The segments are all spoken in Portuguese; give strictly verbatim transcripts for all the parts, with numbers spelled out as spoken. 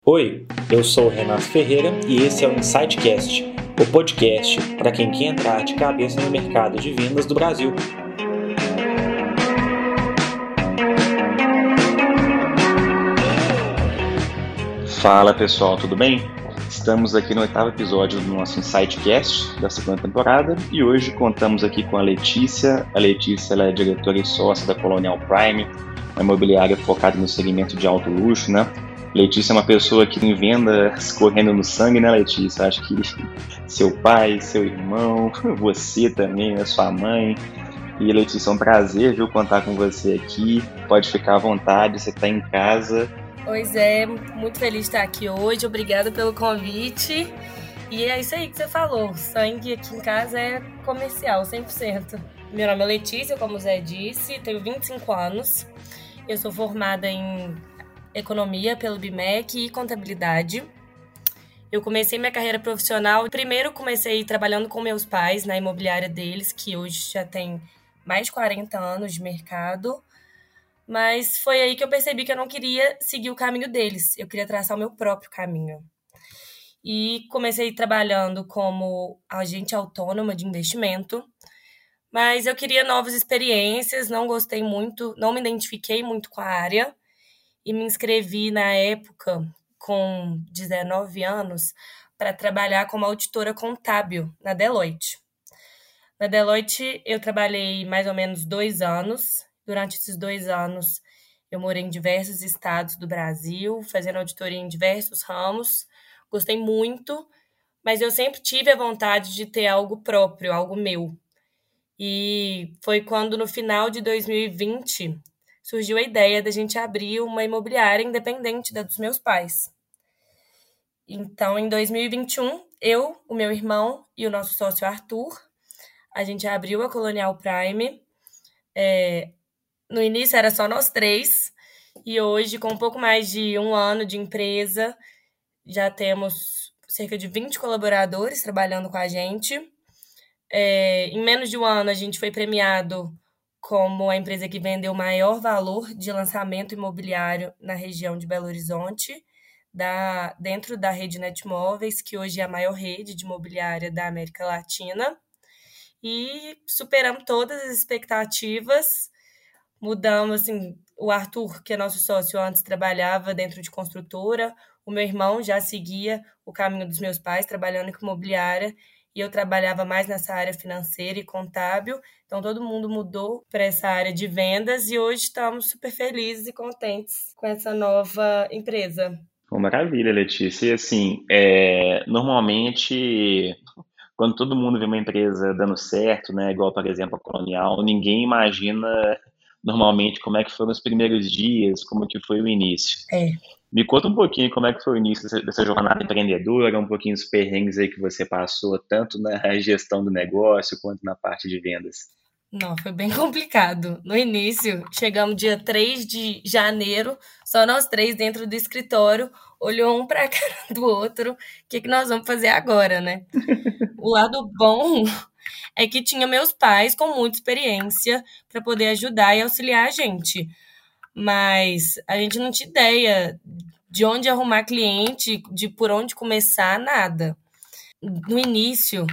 Oi, eu sou o Renato Ferreira e esse é o InsightCast, o podcast para quem quer entrar de cabeça no mercado de vendas do Brasil. Fala pessoal, tudo bem? Estamos aqui no oitavo episódio do nosso InsightCast da segunda temporada e hoje contamos aqui com a Letícia. A Letícia ela é diretora e sócia da Colonial Prime, uma imobiliária focada no segmento de alto luxo, né? Letícia é uma pessoa que tem vendas correndo no sangue, né, Letícia? Acho que seu pai, seu irmão, você também, né, sua mãe. E, Letícia, é um prazer, viu, contar com você aqui. Pode ficar à vontade, você está em casa. Oi, Zé, muito feliz de estar aqui hoje. Obrigada pelo convite. E é isso aí que você falou. Sangue aqui em casa é comercial, cem por cento. Meu nome é Letícia, como o Zé disse, tenho vinte e cinco anos. Eu sou formada em Economia pelo B M E C e Contabilidade. Eu comecei minha carreira profissional. Primeiro comecei trabalhando com meus pais na imobiliária deles, que hoje já tem mais de quarenta anos de mercado. Mas foi aí que eu percebi que eu não queria seguir o caminho deles. Eu queria traçar o meu próprio caminho. E comecei trabalhando como agente autônoma de investimento. Mas eu queria novas experiências, não gostei muito, não me identifiquei muito com a área. E me inscrevi na época, com dezenove anos, para trabalhar como auditora contábil na Deloitte. Na Deloitte, eu trabalhei mais ou menos dois anos. Durante esses dois anos, eu morei em diversos estados do Brasil, fazendo auditoria em diversos ramos. Gostei muito, mas eu sempre tive a vontade de ter algo próprio, algo meu. E foi quando, no final de dois mil e vinte, surgiu a ideia da gente abrir uma imobiliária independente da dos meus pais. Então, em dois mil e vinte e um, eu, o meu irmão e o nosso sócio Arthur, a gente abriu a Colonial Prime. É, no início era só nós três, e hoje, com um pouco mais de um ano de empresa, já temos cerca de vinte colaboradores trabalhando com a gente. É, em menos de um ano, a gente foi premiado como a empresa que vendeu o maior valor de lançamento imobiliário na região de Belo Horizonte, da, dentro da rede Netmóveis, que hoje é a maior rede de imobiliária da América Latina. E superamos todas as expectativas, mudamos, assim, o Arthur, que é nosso sócio, antes trabalhava dentro de construtora, o meu irmão já seguia o caminho dos meus pais, trabalhando com imobiliária, e eu trabalhava mais nessa área financeira e contábil. Então, todo mundo mudou para essa área de vendas e hoje estamos super felizes e contentes com essa nova empresa. Pô, maravilha, Letícia. E assim, é, normalmente, quando todo mundo vê uma empresa dando certo, né, igual, por exemplo, a Colonial, ninguém imagina normalmente como é que foram os primeiros dias, como que foi o início. É. Me conta um pouquinho como é que foi o início dessa, dessa jornada empreendedora, um pouquinho dos perrengues aí que você passou, tanto na gestão do negócio quanto na parte de vendas. Não, foi bem complicado. No início, chegamos dia três de janeiro, só nós três dentro do escritório, olhou um para a cara do outro, o que, que nós vamos fazer agora, né? O lado bom é que tinha meus pais com muita experiência para poder ajudar e auxiliar a gente. Mas a gente não tinha ideia de onde arrumar cliente, de por onde começar, nada. No início,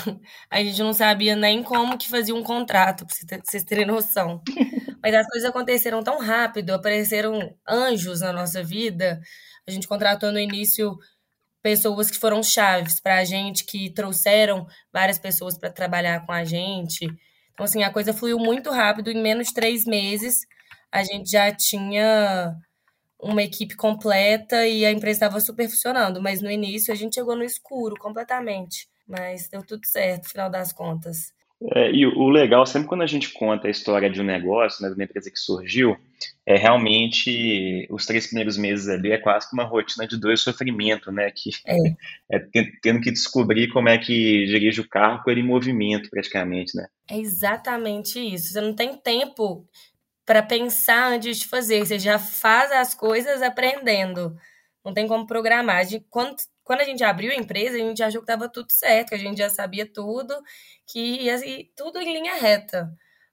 a gente não sabia nem como que fazia um contrato, para vocês terem noção. Mas as coisas aconteceram tão rápido, apareceram anjos na nossa vida. A gente contratou no início pessoas que foram chaves para a gente, que trouxeram várias pessoas para trabalhar com a gente. Então, assim, a coisa fluiu muito rápido. Em menos de três meses, a gente já tinha uma equipe completa e a empresa estava super funcionando. Mas no início, a gente chegou no escuro completamente. Mas deu tudo certo, no final das contas. É, e o o legal, sempre quando a gente conta a história de um negócio, né, de uma empresa que surgiu, é realmente os três primeiros meses ali é quase que uma rotina de dor e sofrimento, né? Que É, é ten- tendo que descobrir como é que dirige o carro com ele em movimento, praticamente, né? é exatamente isso. Você não tem tempo para pensar antes de fazer. Você já faz as coisas aprendendo. Não tem como programar. A gente- Quando, quando a gente abriu a empresa, a gente achou que estava tudo certo, que a gente já sabia tudo, que ia ir tudo em linha reta.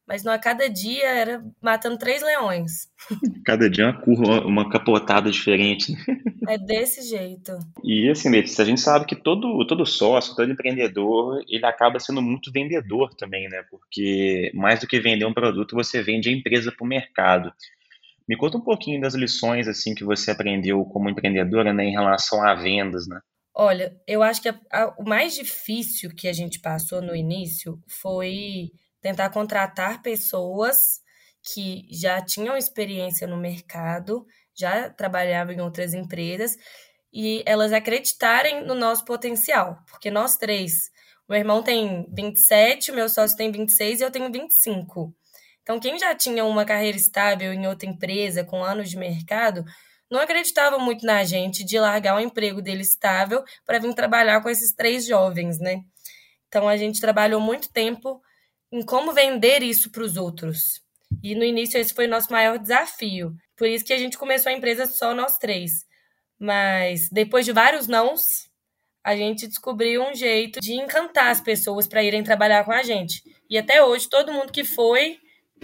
mas no a cada dia era matando três leões. Cada dia uma curva, uma capotada diferente, né? É desse jeito. E assim, Letícia, a gente sabe que todo, todo sócio, todo empreendedor, ele acaba sendo muito vendedor também, né? Porque mais do que vender um produto, você vende a empresa para o mercado. Me conta um pouquinho das lições assim que você aprendeu como empreendedora, né, em relação a vendas, né? Olha, eu acho que a- a- o mais difícil que a gente passou no início foi tentar contratar pessoas que já tinham experiência no mercado, já trabalhavam em outras empresas e elas acreditarem no nosso potencial, porque nós três, o meu irmão tem vinte e sete, o meu sócio tem vinte e seis e eu tenho vinte e cinco. Então, quem já tinha uma carreira estável em outra empresa, com anos de mercado, não acreditava muito na gente de largar o emprego dele estável para vir trabalhar com esses três jovens, né? Então, a gente trabalhou muito tempo em como vender isso para os outros. E no início, esse foi o nosso maior desafio. Por isso que a gente começou a empresa só nós três. Mas depois de vários nãos, a gente descobriu um jeito de encantar as pessoas para irem trabalhar com a gente. E até hoje, todo mundo que foi,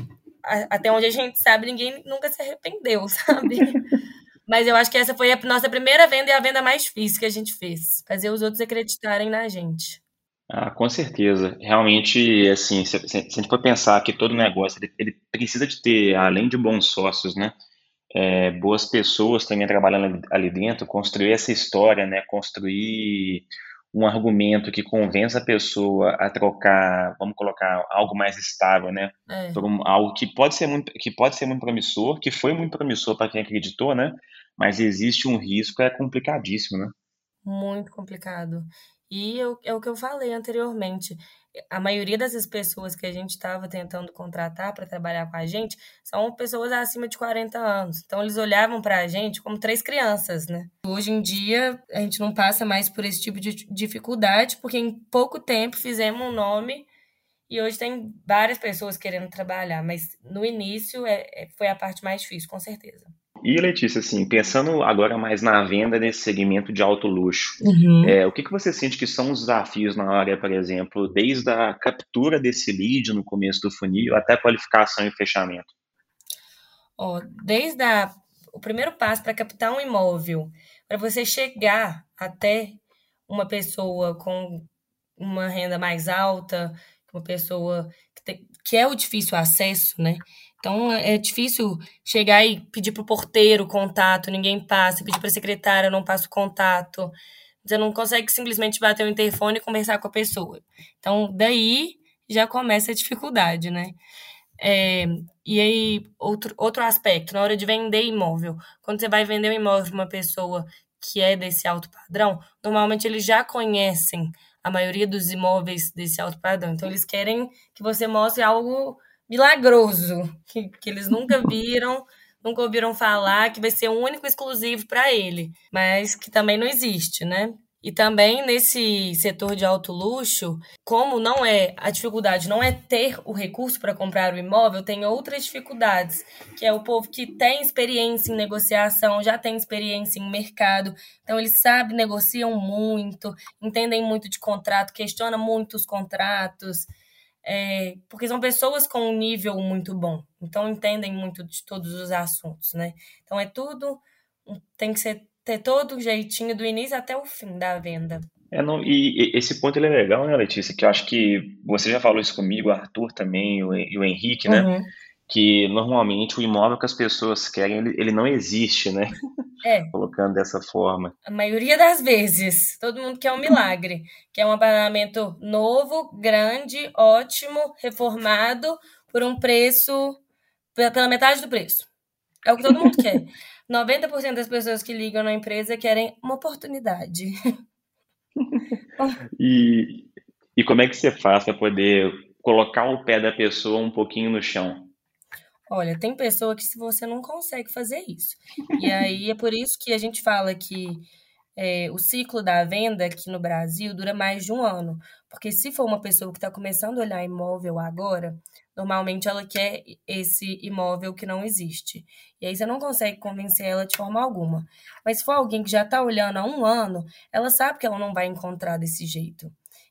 até onde a gente sabe, ninguém nunca se arrependeu, sabe? Mas eu acho que essa foi a nossa primeira venda e a venda mais difícil que a gente fez. Fazer os outros acreditarem na gente. Ah, com certeza. Realmente, assim, se, se- se a gente for pensar que todo negócio ele, ele precisa de ter, além de bons sócios, né, é, boas pessoas também trabalhando ali, ali dentro, construir essa história, né, construir um argumento que convença a pessoa a trocar, vamos colocar algo mais estável, né, É, por um, algo que pode ser muito, que pode ser muito promissor, que foi muito promissor para quem acreditou, né, mas existe um risco, é complicadíssimo, né? muito complicado. E eu, é o que eu falei anteriormente. A maioria dessas pessoas que a gente estava tentando contratar para trabalhar com a gente são pessoas acima de quarenta anos. Então, eles olhavam para a gente como três crianças, né? Hoje em dia, a gente não passa mais por esse tipo de dificuldade, porque em pouco tempo fizemos um nome e hoje tem várias pessoas querendo trabalhar. Mas no início é, é- foi a parte mais difícil, com certeza. E Letícia, assim, pensando agora mais na venda nesse segmento de alto luxo, Uhum. é, o que que você sente que são os desafios na hora, por exemplo, desde a captura desse lead no começo do funil até a qualificação e fechamento? Ó, desde a, o primeiro passo para captar um imóvel, para você chegar até uma pessoa com uma renda mais alta, uma pessoa que, tem- que é o difícil acesso, né? Então é difícil chegar e pedir para o porteiro o contato, ninguém passa, pedir para a secretária, não passa o contato. Você não consegue simplesmente bater o interfone e conversar com a pessoa. Então, daí já começa a dificuldade, né? É, e aí, outro, outro aspecto, na hora de vender imóvel, quando você vai vender um imóvel para uma pessoa que é desse alto padrão, normalmente eles já conhecem a maioria dos imóveis desse alto padrão. Então, eles querem que você mostre algo milagroso, que, que eles nunca viram, nunca ouviram falar, que vai ser único e exclusivo para ele, mas que também não existe, né? E também nesse setor de alto luxo, como não é a dificuldade não é ter o recurso para comprar o imóvel, tem outras dificuldades, que é o povo que tem experiência em negociação, já tem experiência em mercado, então eles sabem, negociam muito, entendem muito de contrato, questionam muito os contratos, é, porque são pessoas com um nível muito bom, então entendem muito de todos os assuntos, né? Então é tudo, tem que ser, ter todo o jeitinho do início até o fim da venda. É, não, e, e esse ponto ele é legal, né, Letícia? Que eu acho que você já falou isso comigo, o Arthur também, o, e o Henrique, né? Uhum. Que normalmente o imóvel que as pessoas querem, ele, ele não existe, né? É, Colocando dessa forma. a maioria das vezes. Todo mundo quer um milagre. Quer um apartamento novo, grande, ótimo, reformado, por um preço, pela metade do preço. É o que todo mundo quer. Noventa por cento das pessoas que ligam na empresa querem uma oportunidade. E, e como é que você faz para poder colocar o pé da pessoa um pouquinho no chão? Olha, tem pessoa que se você não consegue fazer isso. E aí é por isso que a gente fala que é, o ciclo da venda aqui no Brasil dura mais de um ano. Porque se for uma pessoa que está começando a olhar imóvel agora, normalmente ela quer esse imóvel que não existe. E aí você não consegue convencer ela de forma alguma. Mas se for alguém que já está olhando há um ano, ela sabe que ela não vai encontrar desse jeito.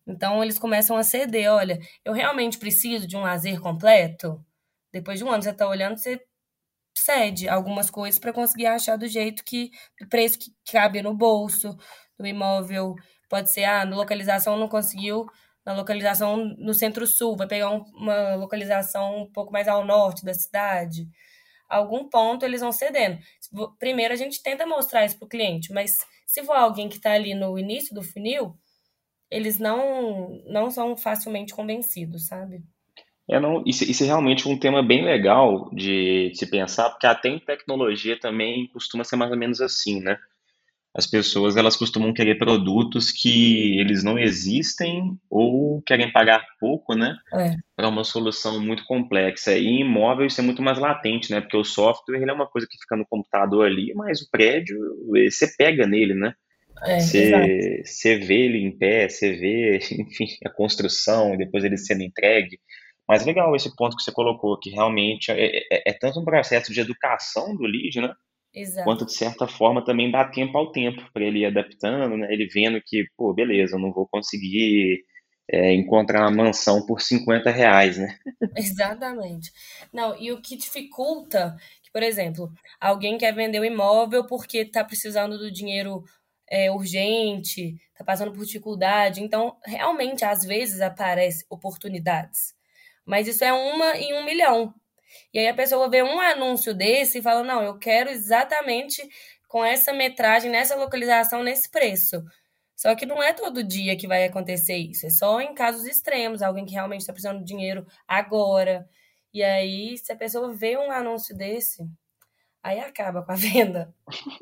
Então eles começam a ceder, olha, eu realmente preciso de um lazer completo? Depois de um ano você está olhando, você cede algumas coisas para conseguir achar do jeito que, do preço que cabe no bolso do imóvel. Pode ser, ah, na localização não conseguiu, na localização no centro-sul, vai pegar um- uma localização um pouco mais ao norte da cidade. Algum ponto eles vão cedendo. Primeiro a gente tenta mostrar isso para o cliente, mas se for alguém que está ali no início do funil, eles não, não são facilmente convencidos, sabe? É, não, isso, isso é realmente um tema bem legal de se pensar, porque até em tecnologia também costuma ser mais ou menos assim, né? As pessoas elas costumam querer produtos que eles não existem ou querem pagar pouco, né? É, Para uma solução muito complexa. E em imóvel isso é muito mais latente, né? Porque o software ele é uma coisa que fica no computador ali, mas o prédio eh, você pega nele, né? é, exato. Você, você vê ele em pé, você vê, enfim, a construção e depois ele sendo entregue. Mas legal esse ponto que você colocou, que realmente é, é- é tanto um processo de educação do lead, né? Quanto Exato. de certa forma também dá tempo ao tempo para ele ir adaptando, né? Ele vendo que, pô, beleza, eu não vou conseguir é, encontrar uma mansão por cinquenta reais, né? Exatamente. Não, e o que dificulta, que, por exemplo, alguém quer vender o imóvel porque está precisando do dinheiro é, urgente, está passando por dificuldade. Então, realmente, às vezes aparecem oportunidades. Mas isso é uma em um milhão. E aí a pessoa vê um anúncio desse e fala: não, eu quero exatamente com essa metragem, nessa localização, nesse preço. Só que não é todo dia que vai acontecer isso, é só em casos extremos, alguém que realmente está precisando de dinheiro agora. E aí, se a pessoa vê um anúncio desse, aí acaba com a venda.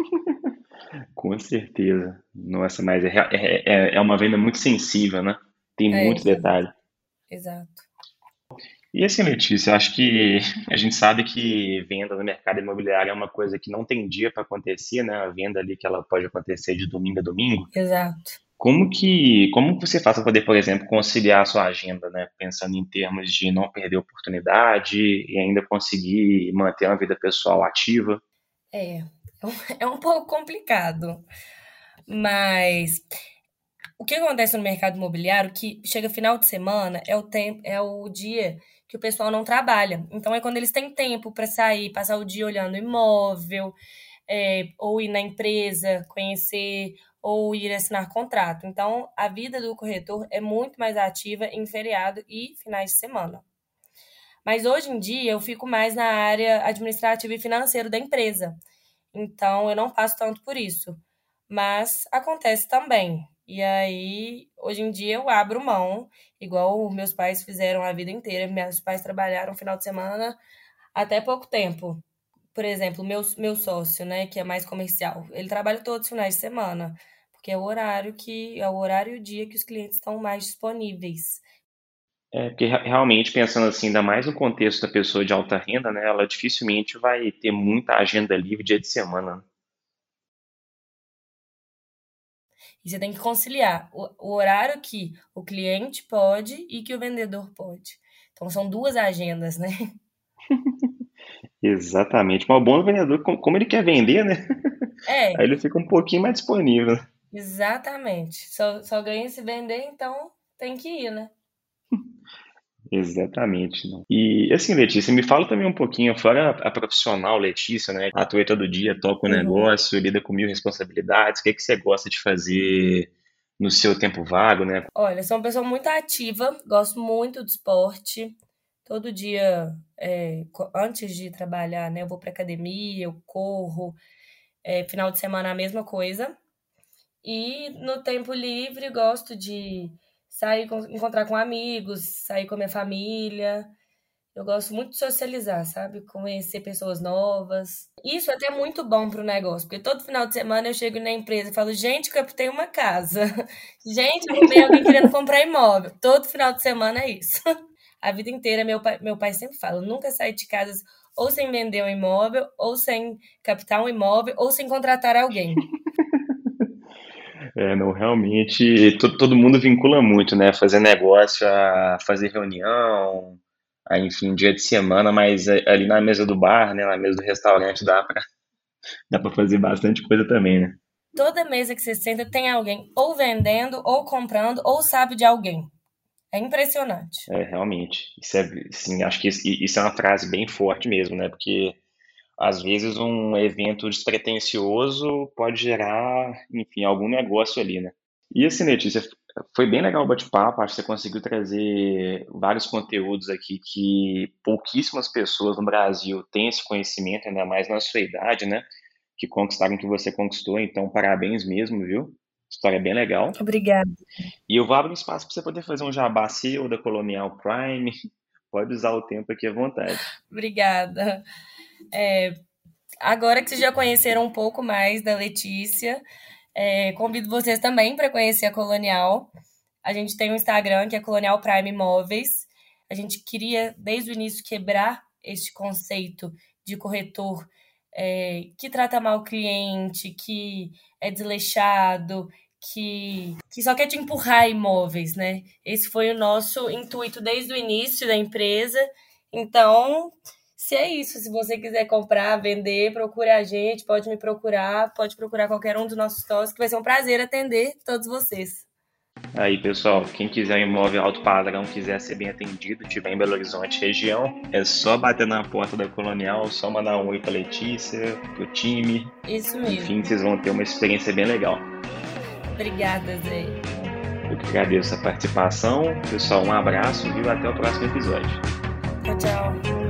Com certeza. Nossa, mas é, é, é é uma venda muito sensível, né? Tem É, muito detalhe. exato. E assim, Letícia, acho que a gente sabe que venda no mercado imobiliário é uma coisa que não tem dia para acontecer, né? A venda ali que ela pode acontecer de domingo a domingo. Exato. Como que, como que você faz para poder, por exemplo, conciliar a sua agenda, né? Pensando em termos de não perder oportunidade e ainda conseguir manter uma vida pessoal ativa? É, é um pouco complicado, mas o que acontece no mercado imobiliário que chega final de semana é o tempo, é o dia que o pessoal não trabalha. Então é quando eles têm tempo para sair, passar o dia olhando imóvel, é, ou ir na empresa, conhecer, ou ir assinar contrato. Então a vida do corretor é muito mais ativa em feriado e finais de semana. Mas hoje em dia eu fico mais na área administrativa e financeira da empresa. Então eu não passo tanto por isso. Mas acontece também. E aí, hoje em dia eu abro mão, igual meus pais fizeram a vida inteira. Meus pais trabalharam final de semana até pouco tempo. Por exemplo, meu, meu sócio, né, que é mais comercial, ele trabalha todos os finais de semana, porque é o horário que é o horário e o dia que os clientes estão mais disponíveis. É, porque re- realmente, pensando assim, ainda mais no contexto da pessoa de alta renda, né? Ela dificilmente vai ter muita agenda livre dia de semana, né? E você tem que conciliar o, o horário que o cliente pode e que o vendedor pode. Então são duas agendas, né? Exatamente. Mas o bom do vendedor, como como ele quer vender, né? É, Aí ele fica um pouquinho mais disponível. exatamente. Só, só ganha se vender, então tem que ir, né? Exatamente. Não. E assim, Letícia, me fala também um pouquinho, fora a, a profissional Letícia, né? Atua todo dia, toca o Uhum. negócio, lida com mil responsabilidades. O que é que você gosta de fazer no seu tempo vago, né? Olha, sou uma pessoa muito ativa, gosto muito de esporte. Todo dia, é, co- antes de trabalhar, né, eu vou pra academia, eu corro. É, final de semana a mesma coisa. E no tempo livre gosto de sair, com- encontrar com amigos, sair com a minha família. Eu gosto muito de socializar, sabe? Conhecer pessoas novas. Isso é até muito bom para o negócio, porque todo final de semana eu chego na empresa e falo: gente, captei uma casa. Gente, arrumei alguém querendo comprar imóvel. Todo final de semana é isso. A vida inteira, meu pai, meu pai sempre fala: nunca saí de casa ou sem vender um imóvel, ou sem captar um imóvel, ou sem contratar alguém. É, não, realmente, to- todo mundo vincula muito, né? Fazer negócio, a fazer reunião, a, enfim, dia de semana, mas a- ali na mesa do bar, né? Na mesa do restaurante dá pra, dá pra fazer bastante coisa também, né? toda mesa que você senta tem alguém ou vendendo, ou comprando, ou sabe de alguém. É impressionante. É, realmente. Isso é, sim, acho que isso, isso é uma frase bem forte mesmo, né? Porque às vezes um evento despretensioso pode gerar, enfim, algum negócio ali, né? E assim, Letícia, foi bem legal o bate-papo, acho que você conseguiu trazer vários conteúdos aqui que pouquíssimas pessoas no Brasil têm esse conhecimento, ainda mais na sua idade, né? Que conquistaram o que você conquistou, então parabéns mesmo, viu? História bem legal. Obrigada. E eu vou abrir um espaço para você poder fazer um jabá seu da Colonial Prime. Pode usar o tempo aqui à vontade. Obrigada. É, agora que vocês já conheceram um pouco mais da Letícia, é, convido vocês também para conhecer a Colonial. A gente tem um Instagram que é Colonial Prime Imóveis. A gente queria, desde o início, quebrar este conceito de corretor é, que trata mal o cliente, que é desleixado, que, que só quer te empurrar imóveis, né? Esse foi o nosso intuito desde o início da empresa. Então, se é isso, se você quiser comprar, vender, procure a gente, pode me procurar, pode procurar qualquer um dos nossos sócios, que vai ser um prazer atender todos vocês. Aí, pessoal, quem quiser um imóvel alto padrão, quiser ser bem atendido, tiver em Belo Horizonte região, é só bater na porta da Colonial, só mandar um oi pra Letícia, pro time. Isso mesmo. Enfim, vocês vão ter uma experiência bem legal. Obrigada, Zé. Eu que agradeço a participação. Pessoal, um abraço, viu? Até o próximo episódio. Tchau, tchau.